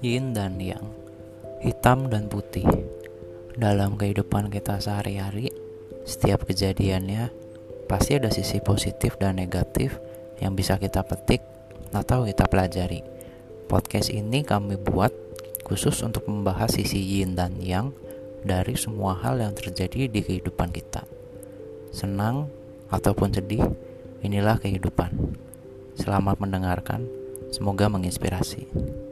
Yin dan Yang, hitam dan putih. Dalam kehidupan kita sehari-hari, setiap kejadiannya pasti ada sisi positif dan negatif yang bisa kita petik atau kita pelajari. Podcast ini kami buat khusus untuk membahas sisi Yin dan Yang dari semua hal yang terjadi di kehidupan kita. Senang ataupun sedih, inilah kehidupan. Selamat mendengarkan, semoga menginspirasi.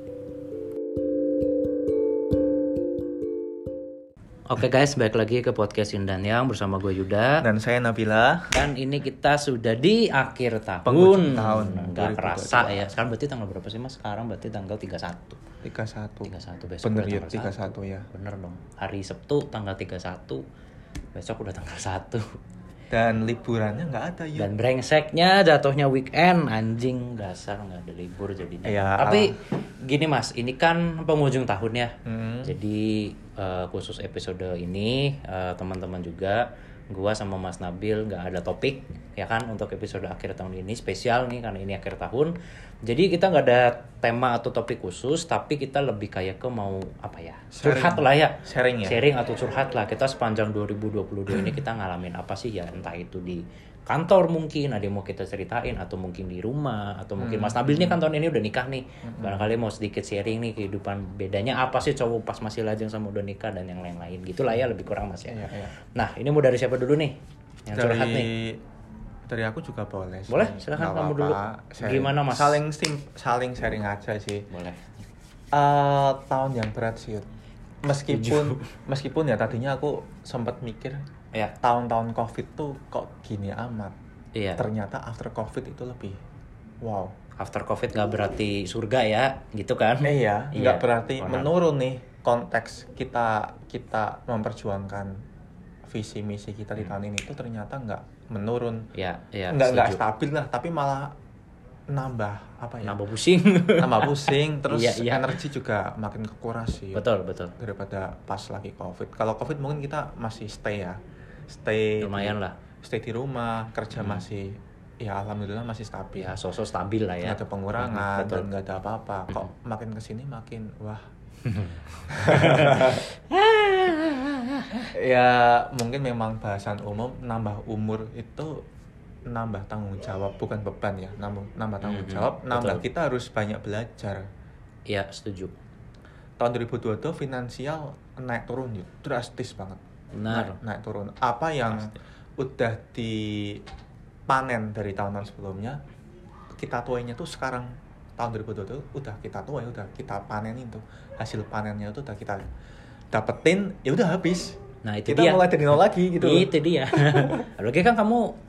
Oke guys, balik lagi ke podcast Yin dan Yang bersama gue Yuda. Dan saya Nabila. Dan ini kita sudah di akhir tahun. Penghujung tahun. Nggak kerasa ya. Sekarang berarti tanggal berapa sih mas? Sekarang berarti tanggal 31. 31 besok bener udah ya, tanggal 31 ya. Bener dong. Hari Sabtu tanggal 31. Besok udah tanggal 1. Dan liburannya nggak ada ya. Dan brengseknya jatuhnya weekend, anjing dasar nggak ada libur jadinya. Ya, Tapi gini mas, ini kan penghujung tahun ya. Jadi khusus episode ini teman-teman juga, gua sama Mas Nabil nggak ada topik ya kan untuk episode akhir tahun ini, spesial nih karena ini akhir tahun. Jadi kita nggak ada tema atau topik khusus, tapi kita lebih kayak ke mau apa ya, curhat lah ya. Sharing atau curhat lah. Kita sepanjang 2022 ini kita ngalamin apa sih ya, entah itu di kantor mungkin ada yang mau kita ceritain, atau mungkin di rumah, atau mungkin Mas Nabil nih kan tahun ini udah nikah nih, barangkali mau sedikit sharing nih kehidupan bedanya apa sih cowok pas masih lajang sama udah nikah dan yang lain-lain gitulah ya, lebih kurang mas ya. Nah ini mau dari siapa dulu nih yang curhat nih? Dari aku juga boleh. Boleh, silakan kamu dulu. Gimana mas? Saling sharing aja sih. Boleh. Tahun yang berat sih. Meskipun ya tadinya aku sempat mikir ya, tahun-tahun COVID tuh kok gini amat. Iya. Ternyata after COVID itu lebih wow. After COVID nggak berarti surga ya, gitu kan? Iya. Nggak berarti menurun nih konteks kita memperjuangkan visi misi kita di tahun ini itu ternyata nggak menurun. Iya. Nggak stabil lah, tapi malah nambah apa ya? Nambah pusing. Terus Iya. energi juga makin kekuras sih. Betul. Daripada pas lagi COVID. Kalau COVID mungkin kita masih stay lumayan lah. Stay di rumah, kerja masih ya alhamdulillah masih stabil. Ya, sosok stabil lah ya. Nggak ada pengurangan dan nggak ada apa-apa. Kok makin kesini makin wah. Ya mungkin memang bahasan umum, nambah umur itu nambah tanggung jawab, bukan beban ya, nambah tanggung jawab, nambah kita harus banyak belajar. Iya, setuju. Tahun 2022 finansial naik turun drastis banget. Benar. Naik turun. Apa yang udah dipanen dari tahun-tahun sebelumnya, kita tuainya tuh sekarang tahun 2022 udah kita tuai, udah kita panenin tuh. Hasil panennya itu udah kita dapetin, ya udah habis. Nah, itu kita dia. mulai dari nol lagi gitu. Itu dia. Apalagi kan kamu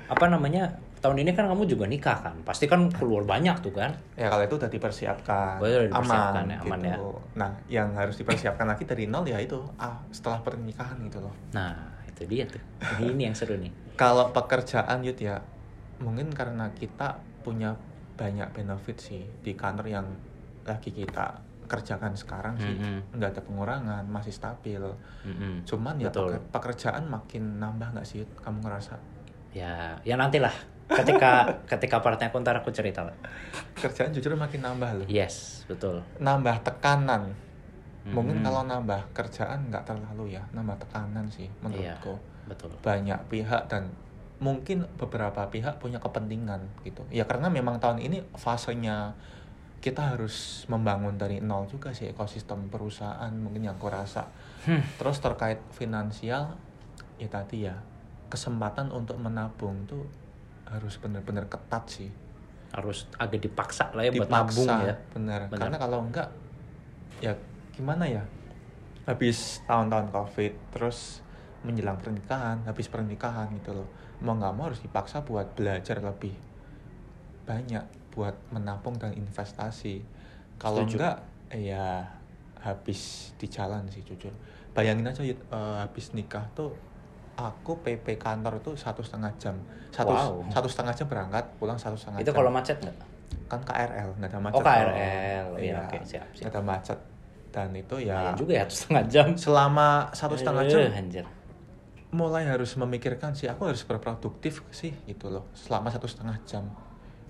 tahun ini kan kamu juga nikah kan, pasti kan keluar banyak tuh kan. Ya kalau itu udah dipersiapkan, aman gitu. Ya. Nah yang harus dipersiapkan lagi dari nol ya itu setelah pernikahan gitu loh. Nah itu dia tuh, ini yang seru nih. Kalau pekerjaan Yud ya mungkin karena kita punya banyak benefit sih di kantor yang lagi kita kerjakan sekarang sih, nggak ada pengurangan, masih stabil. Cuman ya pekerjaan makin nambah nggak sih Yud? Kamu ngerasa? Ya nantilah ketika partnya aku ntar aku cerita lah. Kerjaan jujur makin nambah loh. Yes, betul. Nambah tekanan. Mungkin kalau nambah kerjaan nggak terlalu ya, nambah tekanan sih menurutku. Iya, betul. Banyak pihak dan mungkin beberapa pihak punya kepentingan gitu. Ya karena memang tahun ini fasenya kita harus membangun dari nol juga sih ekosistem perusahaan mungkin yang aku rasa. Terus terkait finansial ya tadi ya, kesempatan untuk menabung tuh harus benar-benar ketat sih. Harus agak dipaksa lah ya buat nabung ya. Benar. Karena kalau enggak ya gimana ya? Habis tahun-tahun COVID terus menjelang pernikahan, habis pernikahan gitu loh. Mau nggak mau harus dipaksa buat belajar lebih banyak, buat menabung dan investasi. Kalau enggak ya habis di jalan sih jujur. Bayangin aja habis nikah tuh aku PP kantor itu 1,5 jam. 1,5 jam berangkat, pulang 1,5 jam. Itu kalau macet nggak? Kan KRL, nggak ada macet. Oh KRL, iya oke siap. Nggak ada macet. Dan itu ya lumayan juga ya 1,5 jam. Selama 1,5 jam anjir. Mulai harus memikirkan sih, aku harus berproduktif sih gitu loh selama 1,5 jam.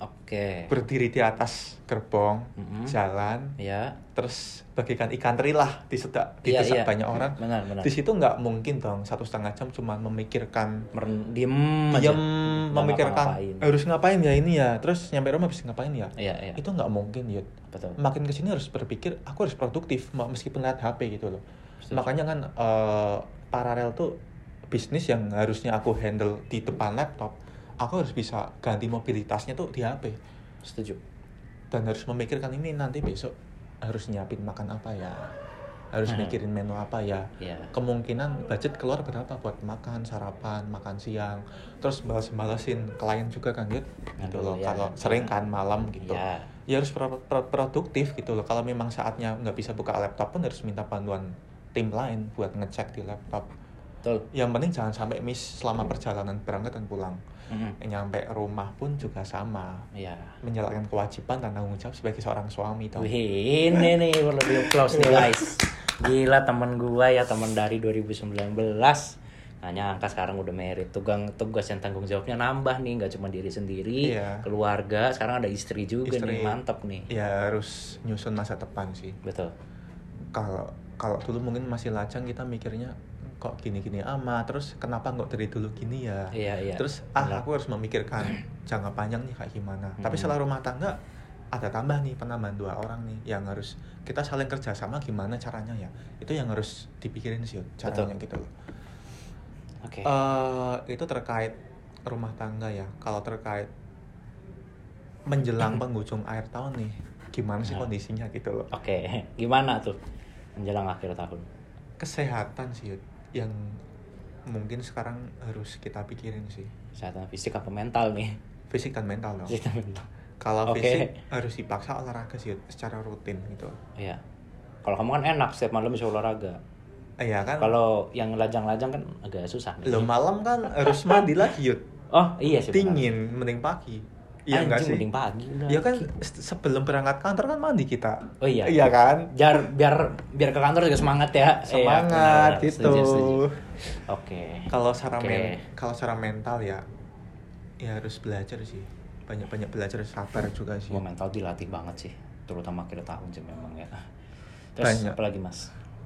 Oke. Berdiri di atas gerbong, jalan, Ya. terus bagikan ikan teri lah di Iya, desak iya. banyak orang. Benar. Di situ nggak mungkin dong 1,5 jam cuma memikirkan Diem aja. diam Nggak memikirkan ngapa-ngapain. harus ngapain ya ini ya, terus nyampe rumah habis ngapain ya. Iya. Itu nggak mungkin, Yud. Betul. Makin kesini harus berpikir aku harus produktif meskipun lihat HP gitu loh. Betul. Makanya kan paralel tuh bisnis yang harusnya aku handle di depan laptop, aku harus bisa ganti mobilitasnya tuh di HP. Setuju. Dan harus memikirkan ini nanti besok harus nyiapin makan apa ya, harus mikirin menu apa ya. Iya. Kemungkinan budget keluar berapa buat makan sarapan, makan siang, terus balas-balasin klien juga kan gitu loh. Ya. Kalau sering kan malam gitu, Ya. ya harus produktif gitu loh. Kalau memang saatnya nggak bisa buka laptop pun harus minta bantuan tim lain buat ngecek di laptop. Betul. Yang penting jangan sampai miss selama perjalanan berangkat dan pulang. Nyampe rumah pun juga sama. Iya. Menjalankan kewajiban dan tanggung jawab sebagai seorang suami dong. Wih, ini nih perlu di applause nih guys. Gila temen gua ya, temen dari 2019. Nah nyangka sekarang udah married. Tugas yang tanggung jawabnya nambah nih, nggak cuma diri sendiri, Iya. keluarga. Sekarang ada istri juga Istri. nih, mantap nih. Ya harus nyusun masa depan sih. Betul. Kalau dulu mungkin masih lajang kita mikirnya kok gini-gini amat, terus kenapa nggak dari dulu gini ya. Iya. Terus Benar. aku harus memikirkan jangka panjang nih kayak gimana. Tapi setelah rumah tangga ada tambah nih penambahan 2 orang nih yang harus kita saling kerjasama gimana caranya ya. Itu yang harus dipikirin sih caranya. Betul. gitu loh. Oke. Itu terkait rumah tangga ya. Kalau terkait menjelang penghujung akhir tahun nih, gimana sih kondisinya gitu loh. Oke. Gimana tuh menjelang akhir tahun? Kesehatan sih Yud, yang mungkin sekarang harus kita pikirin sih. Kesehatan fisik apa mental nih? Fisik dan mental dong. Fisik dan mental. Kalau Oke. fisik harus dipaksa olahraga sih Yud, secara rutin gitu. Iya. Kalau kamu kan enak setiap malam bisa olahraga. Iya kan. Kalau yang lajang-lajang kan agak susah nih. Lo malam kan harus mandi lagi Yud. Oh iya sih. Dingin, mending pagi. Iya enggak sih? Mending pagi udah. Ya kan sebelum berangkat kantor kan mandi kita. Oh iya. Iya kan? Biar ke kantor juga semangat ya. Semangat Iya, gitu. Setuju. Oke. Kalau secara mental ya harus belajar sih. Banyak belajar, sabar juga sih. Gua mental dilatih banget sih, terutama akhir tahun sih memang ya. Terus Banyak. apa lagi Mas?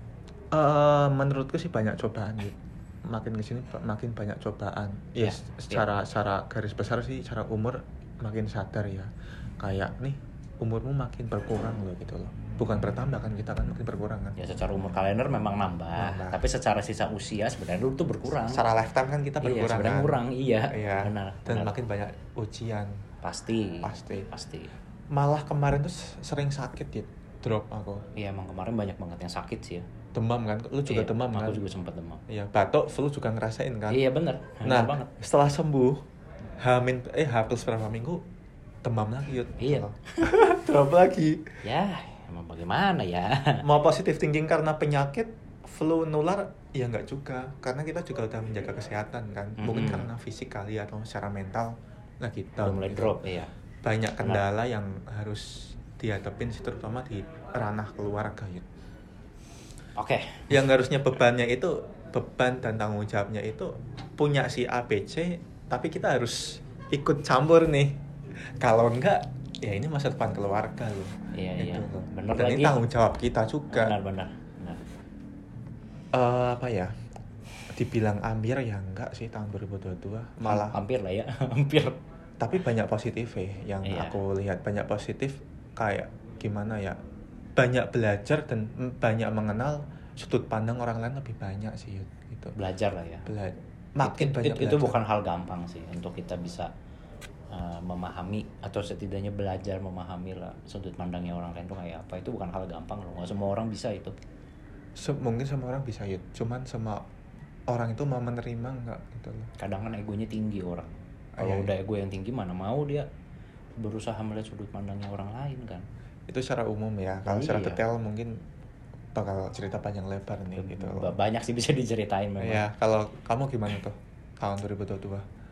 Menurutku sih banyak cobaan gitu. Makin kesini makin banyak cobaan. Iya, Secara garis besar sih, secara umur makin sadar ya. Kayak nih umurmu makin berkurang loh gitu loh. Bukan bertambah kan, kita kan makin berkurang kan. Ya secara umur kalender memang nambah. Tapi secara sisa usia sebenarnya lu tuh berkurang. Secara lifetime kan kita berkurang. Iya, sebenarnya kan? kurang. Iya. Benar. Dan makin banyak ujian. Pasti. Malah kemarin tuh sering sakit ya, drop aku. Iya, emang kemarin banyak banget yang sakit sih ya. Demam kan? Lu juga demam kan? Aku juga sempat demam. Iya, batuk, flu juga ngerasain kan? Iya benar. Nah, banget. setelah sembuh, H plus berapa minggu, demam lagi Yud. Iya. Drop lagi. Ya, emang bagaimana ya? Mau positive thinking karena penyakit, flu nular, ya nggak juga. Karena kita juga udah menjaga kesehatan kan. Mungkin karena fisik kali atau secara mental lagi down. Udah mulai gitu. drop, iya. Banyak kendala yang harus dihadapin sih, terutama di ranah keluarga Yud. Oke. Yang harusnya beban dan tanggung jawabnya itu punya si ABC, tapi kita harus ikut campur nih. Kalau enggak, ya ini masa depan keluarga loh. Iya. Gitu. Benar dan lagi. ini tanggung jawab kita juga. Benar. Apa ya? Dibilang ambil ya enggak sih tahun 2022, malah hampir lah ya, hampir. Tapi banyak positif yang aku lihat, banyak positif kayak gimana ya? Banyak belajar dan banyak mengenal sudut pandang orang lain lebih banyak sih gitu. Belajar lah ya. Makin banyak belajar. Itu bukan hal gampang sih untuk kita bisa memahami atau setidaknya belajar memahami lah sudut pandangnya orang lain tuh kayak apa. Itu bukan hal gampang loh. Nggak semua orang bisa itu. Mungkin semua orang bisa cuman sama orang itu mau menerima nggak gitu loh. Kadang kan egonya tinggi orang. Kalau udah ego yang tinggi mana mau dia berusaha melihat sudut pandangnya orang lain kan. Itu secara umum ya. Kalau secara detail mungkin bakal cerita panjang lebar nih gitu loh. Banyak sih bisa diceritain memang. Iya, kalau kamu gimana tuh tahun 2022?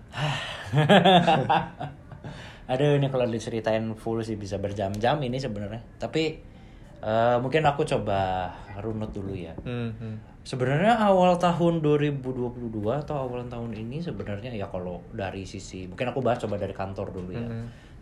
Aduh, ini kalau diceritain full sih bisa berjam-jam ini sebenarnya. Tapi mungkin aku coba runut dulu ya. Sebenarnya awal tahun 2022 atau awal tahun ini sebenarnya ya kalau dari sisi, mungkin aku bahas coba dari kantor dulu ya.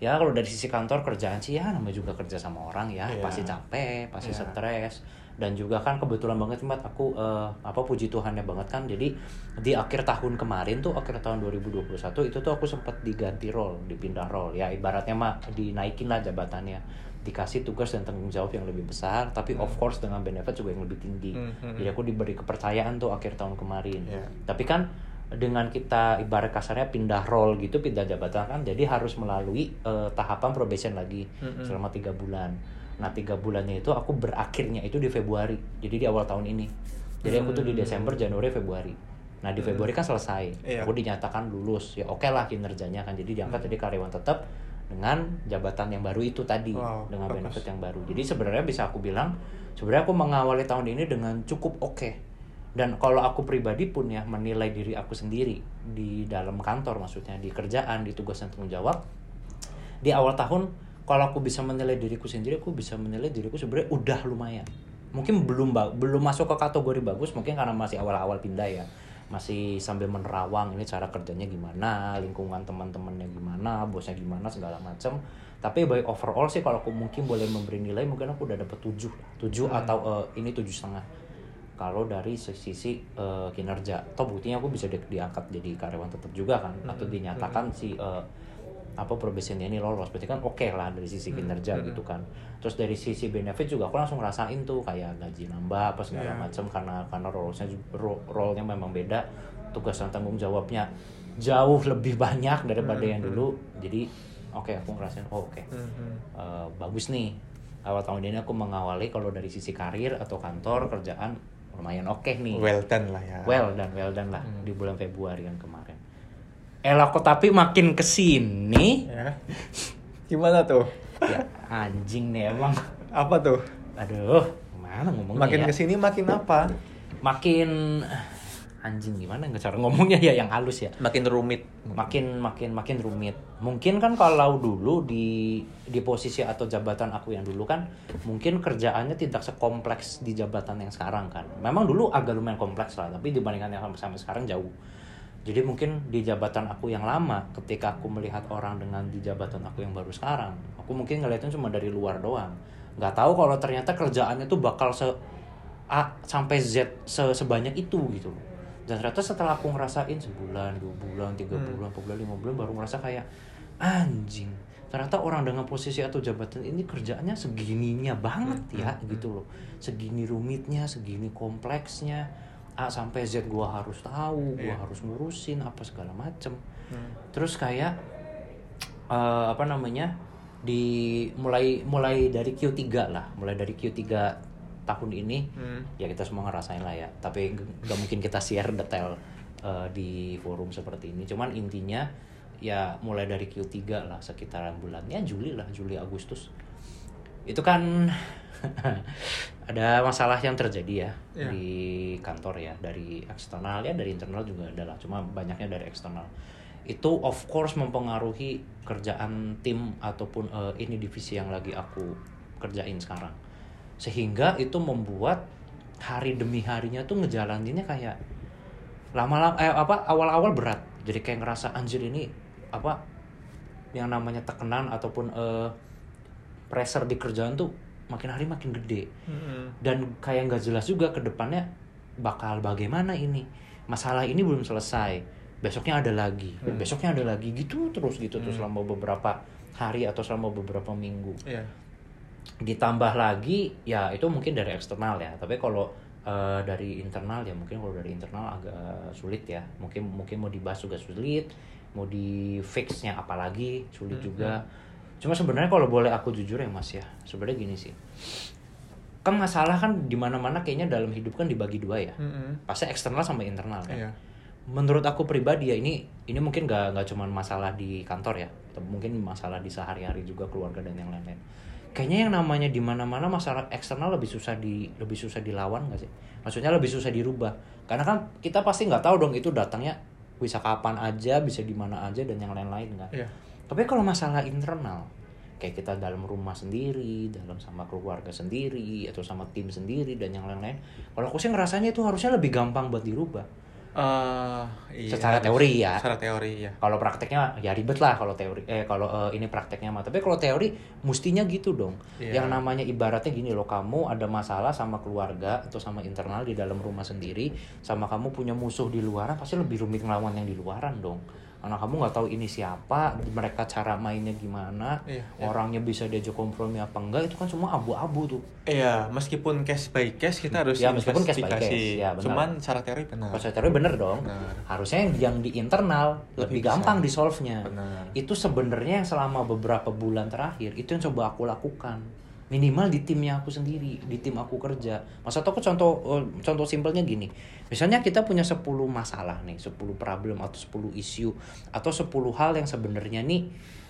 ya kalau dari sisi kantor kerjaan sih ya namanya juga kerja sama orang ya, Iya. pasti capek, pasti Iya. stres. Dan juga kan kebetulan banget Mat, aku puji Tuhannya banget kan, jadi di akhir tahun kemarin tuh, akhir tahun 2021 itu tuh aku sempat diganti role, dipindah role ya, ibaratnya mah dinaikin lah jabatannya, dikasih tugas dan tanggung jawab yang lebih besar, tapi of course dengan benefit juga yang lebih tinggi. Jadi aku diberi kepercayaan tuh akhir tahun kemarin. Iya. Tapi kan dengan kita ibarat kasarnya pindah role gitu, pindah jabatan kan, jadi harus melalui tahapan probation lagi selama 3 bulan. Nah 3 bulannya itu aku berakhirnya itu di Februari, jadi di awal tahun ini. Jadi aku tuh di Desember, Januari, Februari. Nah di Februari kan selesai, Iya. aku dinyatakan lulus, ya oke lah kinerjanya kan, jadi diangkat jadi karyawan tetap dengan jabatan yang baru itu tadi, Wow, dengan bagus. benefit yang baru. Jadi sebenarnya bisa aku bilang, sebenarnya aku mengawali tahun ini dengan cukup oke. Dan kalau aku pribadi pun ya menilai diri aku sendiri di dalam kantor, maksudnya di kerjaan, di tugas dan tanggung jawab, di awal tahun kalau aku bisa menilai diriku sendiri, aku bisa menilai diriku sebenarnya udah lumayan. Mungkin belum masuk ke kategori bagus, mungkin karena masih awal-awal pindah ya, masih sambil menerawang ini cara kerjanya gimana, lingkungan teman-temannya gimana, bosnya gimana, segala macam. Tapi by overall sih kalau aku mungkin boleh memberi nilai, mungkin aku udah dapet 7 atau ini 7,5 kalau dari sisi kinerja. Toh buktinya aku bisa diangkat jadi karyawan tetap juga kan, atau dinyatakan si probationnya ini lolos, berarti kan oke lah dari sisi kinerja gitu kan. Terus dari sisi benefit juga aku langsung ngerasain tuh kayak gaji nambah apa segala macam, karena role-nya memang beda, tugas dan tanggung jawabnya jauh lebih banyak daripada yang dulu. Jadi oke, aku ngerasain bagus nih, awal tahun ini aku mengawali kalau dari sisi karir atau kantor kerjaan lumayan oke nih. Well done lah ya. Well done lah di bulan Februari yang kemarin. Kok tapi makin kesini Ya. Gimana tuh? ya anjing nih emang. Apa tuh? Aduh, gimana ngomongnya Makin ya? kesini makin apa? Makin anjing gimana nggak cara ngomongnya ya yang halus ya. Makin rumit. Makin rumit. Mungkin kan kalau dulu di posisi atau jabatan aku yang dulu kan mungkin kerjaannya tidak sekompleks di jabatan yang sekarang kan. Memang dulu agak lumayan kompleks lah, tapi dibandingkan yang sampai sekarang jauh. Jadi mungkin di jabatan aku yang lama, ketika aku melihat orang dengan di jabatan aku yang baru sekarang, aku mungkin ngeliatnya cuma dari luar doang. Nggak tahu kalau ternyata kerjaannya tuh bakal A sampai Z sebanyak itu gitu. Dan ternyata setelah aku ngerasain sebulan, 2 bulan, 3 bulan, 4 bulan, 5 bulan, baru ngerasa kayak anjing. Ternyata orang dengan posisi atau jabatan ini kerjaannya segininya banget ya gitu loh. Segini rumitnya, segini kompleksnya. A sampai Z gua harus tahu, gua harus ngurusin apa segala macem. Terus kayak mulai dari Q3 lah, mulai dari Q3 tahun ini ya kita semua ngerasain lah ya. Tapi gak mungkin kita share detail di forum seperti ini. Cuman intinya ya mulai dari Q3 lah, sekitaran bulannya Juli Agustus. Itu kan ada masalah yang terjadi ya di kantor ya, dari eksternal ya, dari internal juga adalah, cuma banyaknya dari eksternal. Itu of course mempengaruhi kerjaan tim ataupun ini divisi yang lagi aku kerjain sekarang, sehingga itu membuat hari demi harinya tuh ngejalaninnya kayak lama-lama awal-awal berat. Jadi kayak ngerasa anjir ini yang namanya tekanan ataupun pressure di kerjaan tuh makin hari makin gede. Dan kayak nggak jelas juga ke depannya bakal bagaimana ini. Masalah ini belum selesai, besoknya ada lagi, besoknya ada lagi gitu terus selama beberapa hari atau selama beberapa minggu. Ditambah lagi ya itu mungkin dari eksternal ya, tapi kalau dari internal ya mungkin kalau dari internal agak sulit ya. Mungkin mau dibahas juga sulit, mau di fixnya apalagi sulit juga. Cuma sebenarnya kalau boleh aku jujur ya Mas ya, sebenarnya gini sih. Kan masalah kan di mana-mana kayaknya dalam hidup kan dibagi dua ya. Pasti eksternal sama internal kan. Menurut aku pribadi ya ini mungkin nggak cuma masalah di kantor ya, atau mungkin masalah di sehari-hari juga, keluarga dan yang lain-lain. Kayaknya yang namanya di mana-mana masalah eksternal lebih susah dilawan nggak sih? Maksudnya lebih susah dirubah. Karena kan kita pasti nggak tahu dong itu datangnya bisa kapan aja, bisa di mana aja dan yang lain-lain kan. Tapi kalau masalah internal, kayak kita dalam rumah sendiri, dalam sama keluarga sendiri, atau sama tim sendiri dan yang lain-lain, kalau aku sih ngerasanya itu harusnya lebih gampang buat dirubah. Iya, Secara teori ya. Secara teori ya. Kalau prakteknya ya ribet lah kalau teori. Kalau ini prakteknya mah. Tapi kalau teori mestinya gitu dong. Iya. Yang namanya ibaratnya gini loh, kamu ada masalah sama keluarga atau sama internal di dalam rumah sendiri, sama kamu punya musuh di luaran, pasti lebih rumit ngelawan yang di luaran dong. Karena kamu nggak tahu ini siapa, mereka cara mainnya gimana, Iya. orangnya bisa diajak kompromi apa enggak, itu kan semua abu-abu tuh. Iya, meskipun case by case kita harus Ya, meskipun case by investigasi. case, ya, benar. Cuman secara teori benar. Kalau saya teori bener dong. Benar. Harusnya yang di internal lebih bisa. gampang di solve-nya. Benar. Itu sebenarnya yang selama beberapa bulan terakhir itu yang coba aku lakukan. Minimal di timnya aku sendiri, di tim aku kerja. Maksud aku contoh simpelnya gini. Misalnya kita punya 10 masalah nih, 10 problem atau 10 isu atau 10 hal yang sebenarnya nih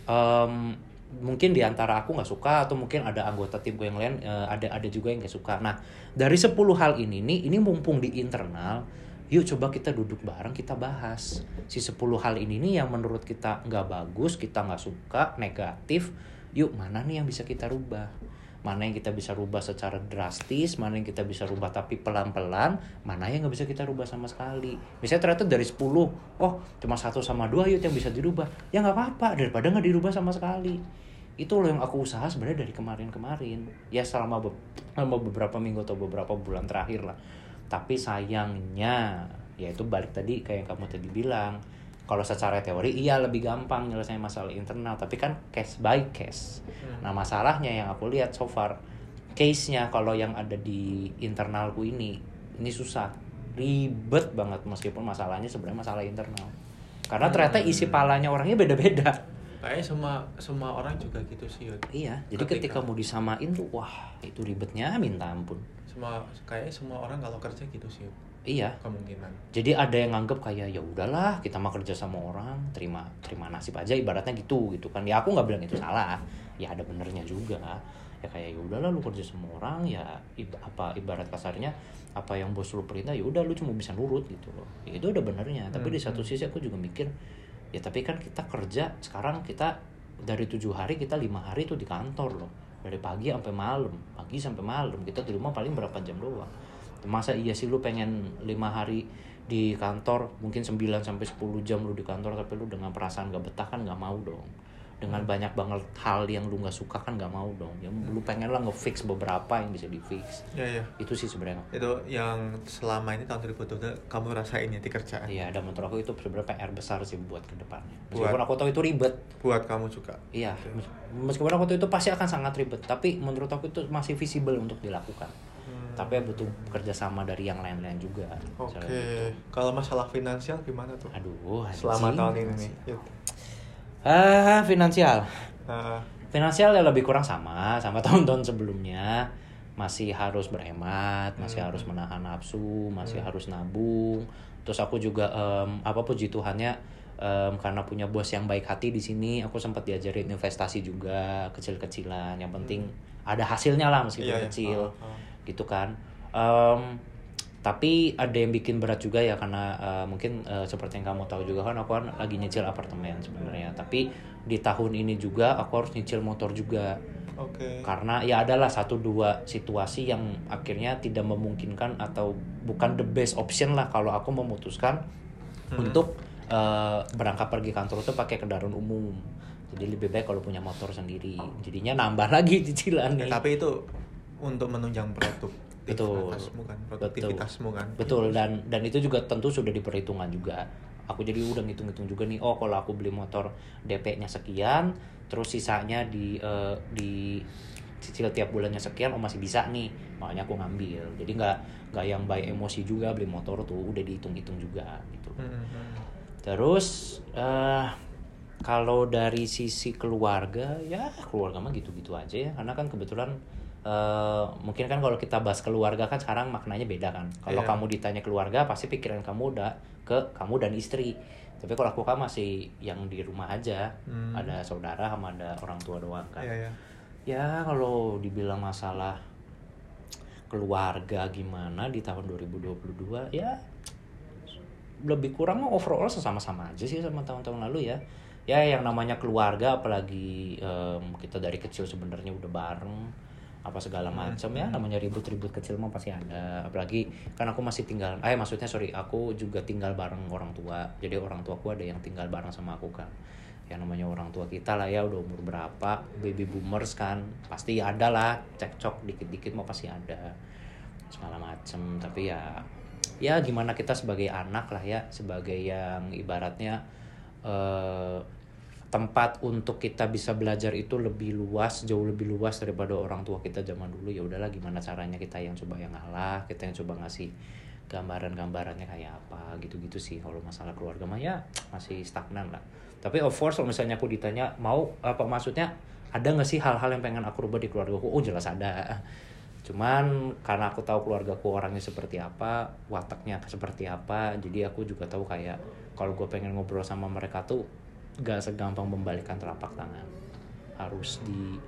mungkin di antara aku nggak suka atau mungkin ada anggota timku yang lain ada juga yang nggak suka. Nah, dari 10 hal ini mumpung di internal, yuk coba kita duduk bareng, kita bahas si 10 hal ini nih yang menurut kita nggak bagus, kita nggak suka, negatif. Yuk mana nih yang bisa kita rubah, mana yang kita bisa rubah secara drastis, mana yang kita bisa rubah tapi pelan-pelan, mana yang nggak bisa kita rubah sama sekali. Misalnya ternyata dari 10, oh cuma 1 sama 2 yuk yang bisa dirubah, ya nggak apa-apa daripada nggak dirubah sama sekali. Itu loh yang aku usaha sebenarnya dari kemarin-kemarin ya, selama beberapa minggu atau beberapa bulan terakhir lah. Tapi sayangnya ya itu balik tadi kayak yang kamu tadi bilang, kalau secara teori iya lebih gampang nyelesain masalah internal, tapi kan case by case. Nah masalahnya yang aku lihat so far, case-nya kalau yang ada di internalku ini susah, ribet banget, meskipun masalahnya sebenarnya masalah internal. Karena ternyata isi palanya orangnya beda-beda. Kayaknya semua orang juga gitu sih, Yud. Iya, jadi ketika mau disamain tuh, wah itu ribetnya minta ampun. Kayaknya semua orang kalau kerja gitu sih, Yud. Iya. Kemungkinan. Jadi ada yang nganggep kayak ya udahlah kita mah kerja sama orang, terima nasib aja ibaratnya gitu kan. Ya aku nggak bilang itu salah, ya ada benernya juga. Ya kayak ya udahlah lu kerja sama orang ya ibarat kasarnya apa yang bos lu perintah ya udah lu cuma bisa nurut gitu loh. Ya, itu ada benernya. Tapi di satu sisi aku juga mikir ya tapi kan kita kerja sekarang, kita dari 7 hari kita 5 hari tuh di kantor loh, dari pagi sampai malam kita di rumah paling berapa jam doang. Masa iya sih lu pengen 5 hari di kantor, mungkin 9 sampai 10 jam lu di kantor, tapi lu dengan perasaan gak betah kan gak mau dong. Dengan banyak banget hal yang lu gak suka kan gak mau dong. Ya lu pengen lah nge-fix beberapa yang bisa di-fix. Iya. Itu sih sebenarnya. Itu yang selama ini tahun 2020 kamu rasain ya di kerjaan. Iya, dan menurut aku itu sebenarnya PR besar sih buat kedepannya. Meskipun aku tahu itu ribet. Buat kamu juga. Iya, meskipun aku tahu itu pasti akan sangat ribet, tapi menurut aku itu masih visible untuk dilakukan. Tapi ya butuh kerjasama dari yang lain-lain juga. Oke. Kalau masalah finansial gimana tuh? Aduh, selama tahun ini nih. Finansial. Finansial ya lebih kurang sama tahun-tahun sebelumnya. Masih harus berhemat, masih harus menahan nafsu, masih harus nabung. Terus aku juga puji Tuhannya, karena punya bos yang baik hati di sini, aku sempat diajarin investasi juga kecil-kecilan. Yang penting ada hasilnya lah meskipun kecil. Gitu kan. Tapi ada yang bikin berat juga ya, karena mungkin seperti yang kamu tahu juga kan, aku kan lagi nyicil apartemen sebenarnya. Tapi di tahun ini juga aku harus nyicil motor juga. Karena ya adalah 1-2 situasi yang akhirnya tidak memungkinkan atau bukan the best option lah kalau aku memutuskan untuk berangkat pergi kantor itu pakai kendaraan umum. Jadi lebih baik kalau punya motor sendiri. Jadinya nambah lagi cicilannya. Tapi itu untuk menunjang produktivitasmu kan. Betul, dan itu juga tentu sudah diperhitungkan juga. Aku jadi udah ngitung-ngitung juga nih, oh kalau aku beli motor DP-nya sekian, terus sisanya di cicil tiap bulannya sekian, oh masih bisa nih, makanya aku ngambil. Jadi nggak yang by emosi juga beli motor tuh, udah dihitung-hitung juga gitu. Terus kalau dari sisi keluarga, ya keluarga mah gitu-gitu aja ya, karena kan kebetulan mungkin kan kalau kita bahas keluarga kan sekarang maknanya beda kan. Kalau kamu ditanya keluarga pasti pikiran kamu udah ke kamu dan istri. Tapi kalau aku kan masih yang di rumah aja, ada saudara sama ada orang tua doang kan. Ya kalau dibilang masalah keluarga gimana di tahun 2022 ya lebih kurang overall sama-sama aja sih sama tahun-tahun lalu ya. Ya yang namanya keluarga, apalagi kita dari kecil sebenarnya udah bareng. apa segala macam ya, namanya ribut-ribut kecil mah pasti ada. Apalagi kan aku masih tinggal aku juga tinggal bareng orang tua. Jadi orang tuaku ada yang tinggal bareng sama aku kan. Yang namanya orang tua kita lah ya, udah umur berapa, baby boomers kan, pasti ada lah cekcok dikit-dikit mau pasti ada segala macam. Tapi ya gimana kita sebagai anak lah ya, sebagai yang ibaratnya tempat untuk kita bisa belajar itu lebih luas, jauh lebih luas daripada orang tua kita zaman dulu. Ya udahlah, gimana caranya kita yang coba yang ngalah, kita yang coba ngasih gambarannya kayak apa gitu-gitu sih. Kalau masalah keluarga mah ya masih stagnan lah. Tapi of course kalau misalnya aku ditanya mau apa, maksudnya ada nggak sih hal-hal yang pengen aku rubah di keluargaku? Oh jelas ada. Cuman karena aku tahu keluargaku orangnya seperti apa, wataknya seperti apa, jadi aku juga tahu kayak kalau gue pengen ngobrol sama mereka tuh gak segampang membalikkan telapak tangan. Harus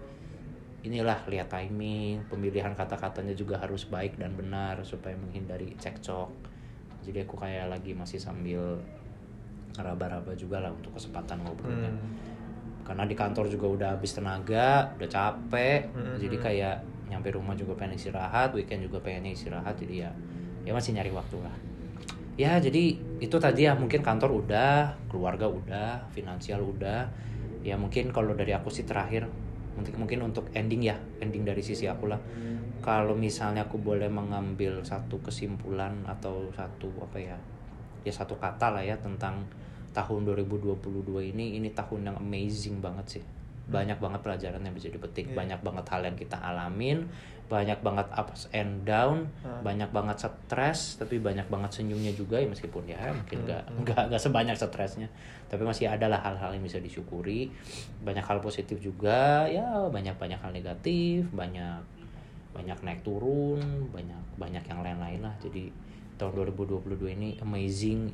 lihat timing, pemilihan kata-katanya juga harus baik dan benar supaya menghindari cekcok. Jadi aku kayak lagi masih sambil ngeraba-raba juga lah untuk kesempatan ngobrolnya. Karena di kantor juga udah habis tenaga, udah capek. Jadi kayak nyampe rumah juga pengen istirahat, weekend juga pengen istirahat. Jadi ya masih nyari waktu lah. Ya jadi itu tadi ya, mungkin kantor udah, keluarga udah, finansial udah. Ya mungkin kalau dari aku sih terakhir, mungkin untuk ending dari sisi aku lah. Kalau misalnya aku boleh mengambil satu kesimpulan atau satu satu kata lah ya tentang tahun 2022 ini tahun yang amazing banget sih. Banyak banget pelajaran yang bisa dipetik, banyak banget hal yang kita alamin, banyak banget ups and down, banyak banget stres, tapi banyak banget senyumnya juga ya, meskipun ya mungkin nggak sebanyak stresnya, tapi masih ada lah hal-hal yang bisa disyukuri. Banyak hal positif juga ya, banyak hal negatif, banyak naik turun, banyak yang lain-lain lah. Jadi tahun 2022 ini amazing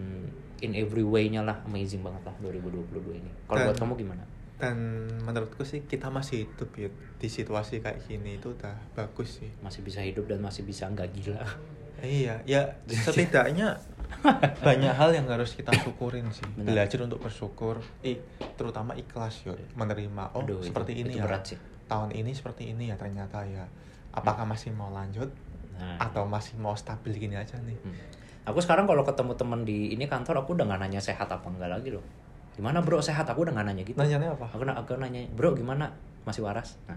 in every way-nya lah, amazing banget lah 2022 ini. Kalau buat kamu gimana? Dan menurutku sih kita masih hidup ya di situasi kayak gini itu udah bagus sih. Masih bisa hidup dan masih bisa nggak gila. Iya, ya setidaknya banyak hal yang harus kita syukurin sih. Benar. Belajar untuk bersyukur, terutama ikhlas yo, menerima. Seperti ini itu ya. Berat sih. Tahun ini seperti ini ya ternyata ya. Apakah masih mau lanjut atau masih mau stabil gini aja nih? Aku sekarang kalau ketemu temen di ini kantor, aku udah nggak nanya sehat apa enggak lagi loh. Gimana bro, sehat? Aku udah gak nanya gitu. Nanyanya apa? Aku nanya, bro gimana? Masih waras? Nah,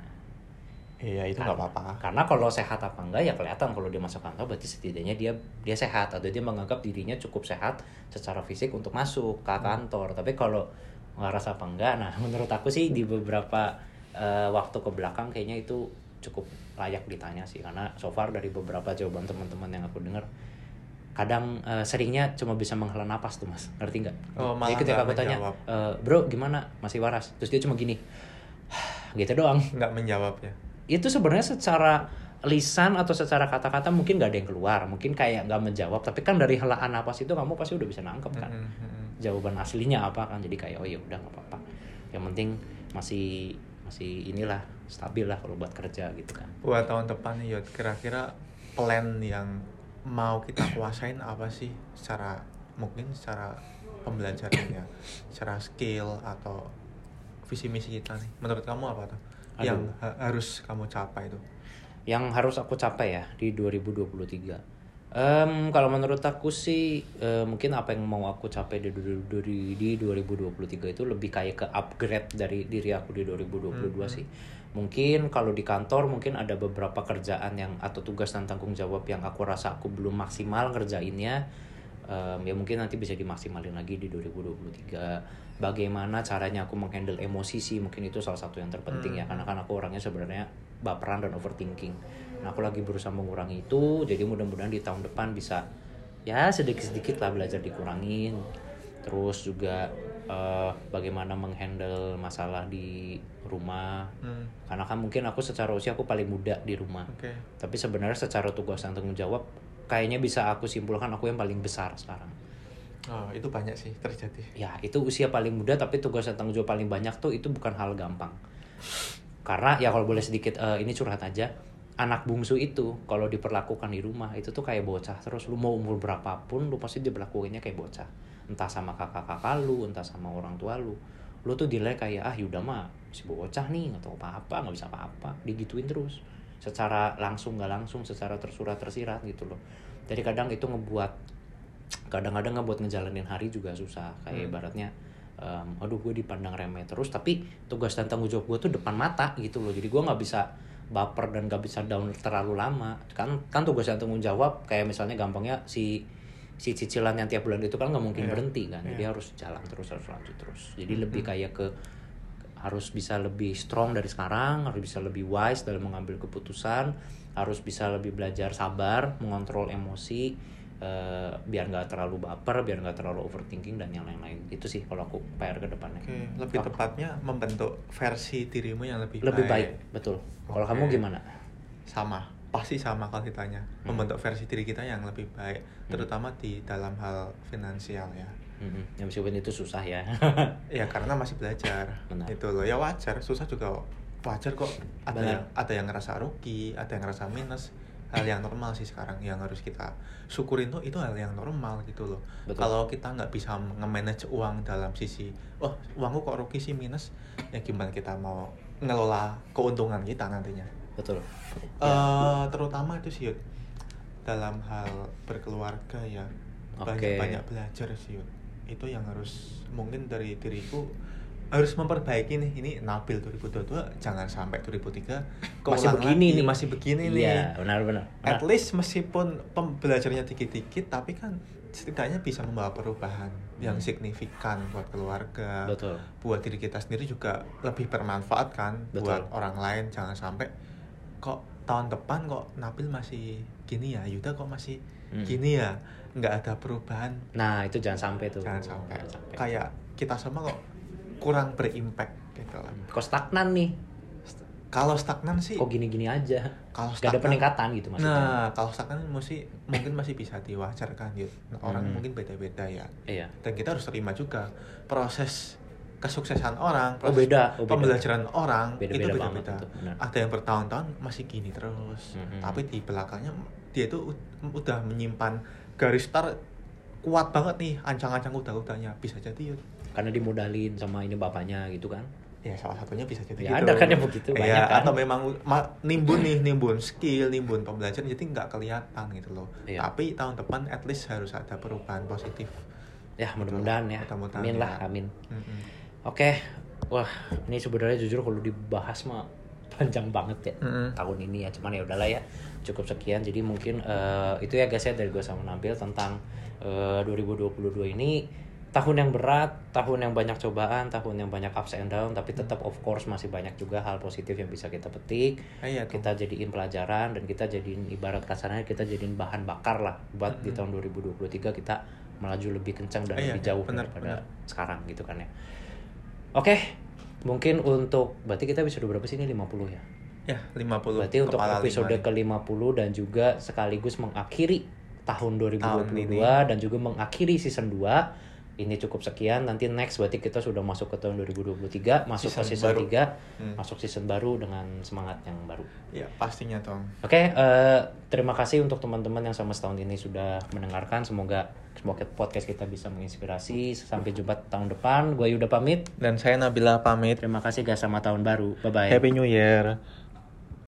iya itu nggak apa-apa. Karena kalau sehat apa enggak ya kelihatan kalau dia masuk kantor, berarti setidaknya dia sehat, atau dia menganggap dirinya cukup sehat secara fisik untuk masuk ke kantor. Tapi kalau waras apa enggak, nah menurut aku sih di beberapa waktu ke belakang kayaknya itu cukup layak ditanya sih. Karena so far dari beberapa jawaban teman-teman yang aku dengar, kadang seringnya cuma bisa menghela napas tuh mas, ngerti nggak? Jadi ketika aku tanya, bro gimana, masih waras? Terus dia cuma gini, gitu doang. Nggak menjawab ya? Itu sebenarnya secara lisan atau secara kata-kata mungkin nggak ada yang keluar, mungkin kayak nggak menjawab, tapi kan dari helaan napas itu kamu pasti udah bisa nangkep kan jawaban aslinya apa kan. Jadi kayak oh ya udah nggak apa-apa, yang penting masih inilah stabil lah kalau buat kerja gitu kan. Buat tahun depan nih Yot, kira-kira plan yang mau kita kuasain apa sih, secara pembelajarannya, secara skill atau visi misi kita nih, menurut kamu apa tuh? Yang harus kamu capai tuh? Yang harus aku capai ya di 2023. Kalau menurut aku sih mungkin apa yang mau aku capai di 2023 itu lebih kayak ke upgrade dari diri aku di 2022 sih. Mungkin kalau di kantor mungkin ada beberapa kerjaan yang atau tugas dan tanggung jawab yang aku rasa aku belum maksimal ngerjainnya. Ya mungkin nanti bisa dimaksimalin lagi di 2023. Bagaimana caranya aku menghandle emosi sih, mungkin itu salah satu yang terpenting ya, karena kan aku orangnya sebenarnya baperan dan overthinking. Nah aku lagi berusaha mengurangi itu, jadi mudah-mudahan di tahun depan bisa ya sedikit-sedikit lah belajar dikurangin. Terus juga bagaimana menghandle masalah di rumah, karena kan mungkin aku secara usia aku paling muda di rumah, tapi sebenarnya secara tugas dan tanggung jawab kayaknya bisa aku simpulkan aku yang paling besar sekarang. Oh, itu banyak sih terjadi. Ya, itu usia paling muda tapi tugas dan tanggung jawab paling banyak tuh, itu bukan hal gampang. Karena ya kalau boleh sedikit ini curhat aja, anak bungsu itu kalau diperlakukan di rumah itu tuh kayak bocah terus. Lu mau umur berapapun lu pasti diperlakukannya kayak bocah. Entah sama kakak-kakak lu, entah sama orang tua lu. lu tuh dinilai kayak Yuda mah si bocah nih nggak tahu apa-apa, nggak bisa apa-apa, digituin terus secara langsung nggak langsung, secara tersurat tersirat gitu loh. Jadi kadang-kadang ngebuat ngejalanin hari juga susah, kayak ibaratnya aduh gue dipandang remeh terus, tapi tugas dan tanggung jawab gue tuh depan mata gitu loh. Jadi gue nggak bisa baper dan nggak bisa down terlalu lama, kan tugas dan tanggung jawab kayak misalnya gampangnya si cicilan yang tiap bulan itu kan nggak mungkin berhenti kan, jadi harus jalan terus, harus lanjut terus. Jadi lebih kayak ke harus bisa lebih strong dari sekarang, harus bisa lebih wise dalam mengambil keputusan, harus bisa lebih belajar sabar, mengontrol emosi, biar nggak terlalu baper, biar nggak terlalu overthinking dan yang lain-lain. Itu sih kalau aku PR ke depannya. Lebih tepatnya membentuk versi dirimu yang lebih baik. Betul. Kalau kamu gimana? Pasti sama kalau ditanya. Membentuk versi diri kita yang lebih baik, terutama di dalam hal finansial ya. Ya meskipun itu susah ya. Ya karena masih belajar. Benar. Itu loh, ya wajar, susah juga wajar kok. Ada yang ngerasa rugi, ada yang ngerasa minus. Hal yang normal sih sekarang, yang harus kita syukurin tuh itu hal yang normal gitu loh. Kalau kita nggak bisa nge-manage uang dalam sisi, uangku kok rugi sih, minus, ya gimana kita mau ngelola keuntungan kita nantinya. Betul. Terutama itu sih Yud, dalam hal berkeluarga ya, banyak belajar sih Yud. Itu yang harus, mungkin dari diriku harus memperbaiki nih. Ini Nabil 2022 jangan sampai 2003 masih begini nih. Iya, benar. At least meskipun pembelajarannya dikit-dikit, tapi kan setidaknya bisa membawa perubahan yang signifikan buat keluarga. Betul. Buat diri kita sendiri juga lebih bermanfaat kan. Betul. Buat orang lain. Jangan sampai kok tahun depan kok Nabil masih gini ya, Yuda kok masih gini ya, nggak ada perubahan. Nah itu jangan sampai tuh. Jangan sampai. Kayak kita semua kok kurang berimpact gitu lah. Kok stagnan nih? Kalau stagnan sih kok gini-gini aja. Kalau gak ada peningkatan gitu maksudnya. Nah, kalau stagnan mungkin masih bisa diwajarkan gitu. Orang mungkin beda-beda ya. Iya. Dan kita harus terima juga proses kesuksesan orang, beda. Pembelajaran orang beda-beda itu beda-beda. Ada yang bertahun-tahun masih gini terus, tapi di belakangnya dia itu udah menyimpan garis start kuat banget nih, ancang-ancang kuda-kudanya. Bisa jadi karena dimodalin sama ini bapaknya gitu kan. Ya salah satunya bisa jadi ya, gitu. Ada kan yang begitu banyak ya, kan. Atau memang nimbun skill, nimbun pembelajaran, jadi nggak kelihatan gitu loh. Iya. Tapi tahun depan at least harus ada perubahan positif. Ya mudah-mudahan ya. Amin lah, amin. Oke. Wah, ini sebenarnya jujur kalau dibahas mah panjang banget ya tahun ini ya. Cuman ya udahlah ya. Cukup sekian. Jadi mungkin itu ya guys ya dari gue sama Nabil tentang 2022 ini. Tahun yang berat, tahun yang banyak cobaan, tahun yang banyak ups and down, tapi tetap of course masih banyak juga hal positif yang bisa kita petik. Kita jadiin pelajaran dan kita jadiin ibarat kasarnya kita jadiin bahan bakar lah buat di tahun 2023 kita melaju lebih kencang dan lebih jauh daripada sekarang gitu kan ya. Oke, mungkin untuk berarti kita episode berapa sih ini, 50 ya? Ya, 50. Berarti untuk episode ke-50 dan juga sekaligus mengakhiri tahun 2022 dan juga mengakhiri season 2. Ini cukup sekian, nanti next berarti kita sudah masuk ke tahun 2023, masuk ke season 3, masuk season baru dengan semangat yang baru. Ya, pastinya Tom. Oke, terima kasih untuk teman-teman yang selama setahun ini sudah mendengarkan. Semoga podcast kita bisa menginspirasi. Sampai jumpa tahun depan. Gue Yuda pamit. Dan saya Nabila pamit. Terima kasih guys, sama tahun baru. Bye-bye. Happy New Year.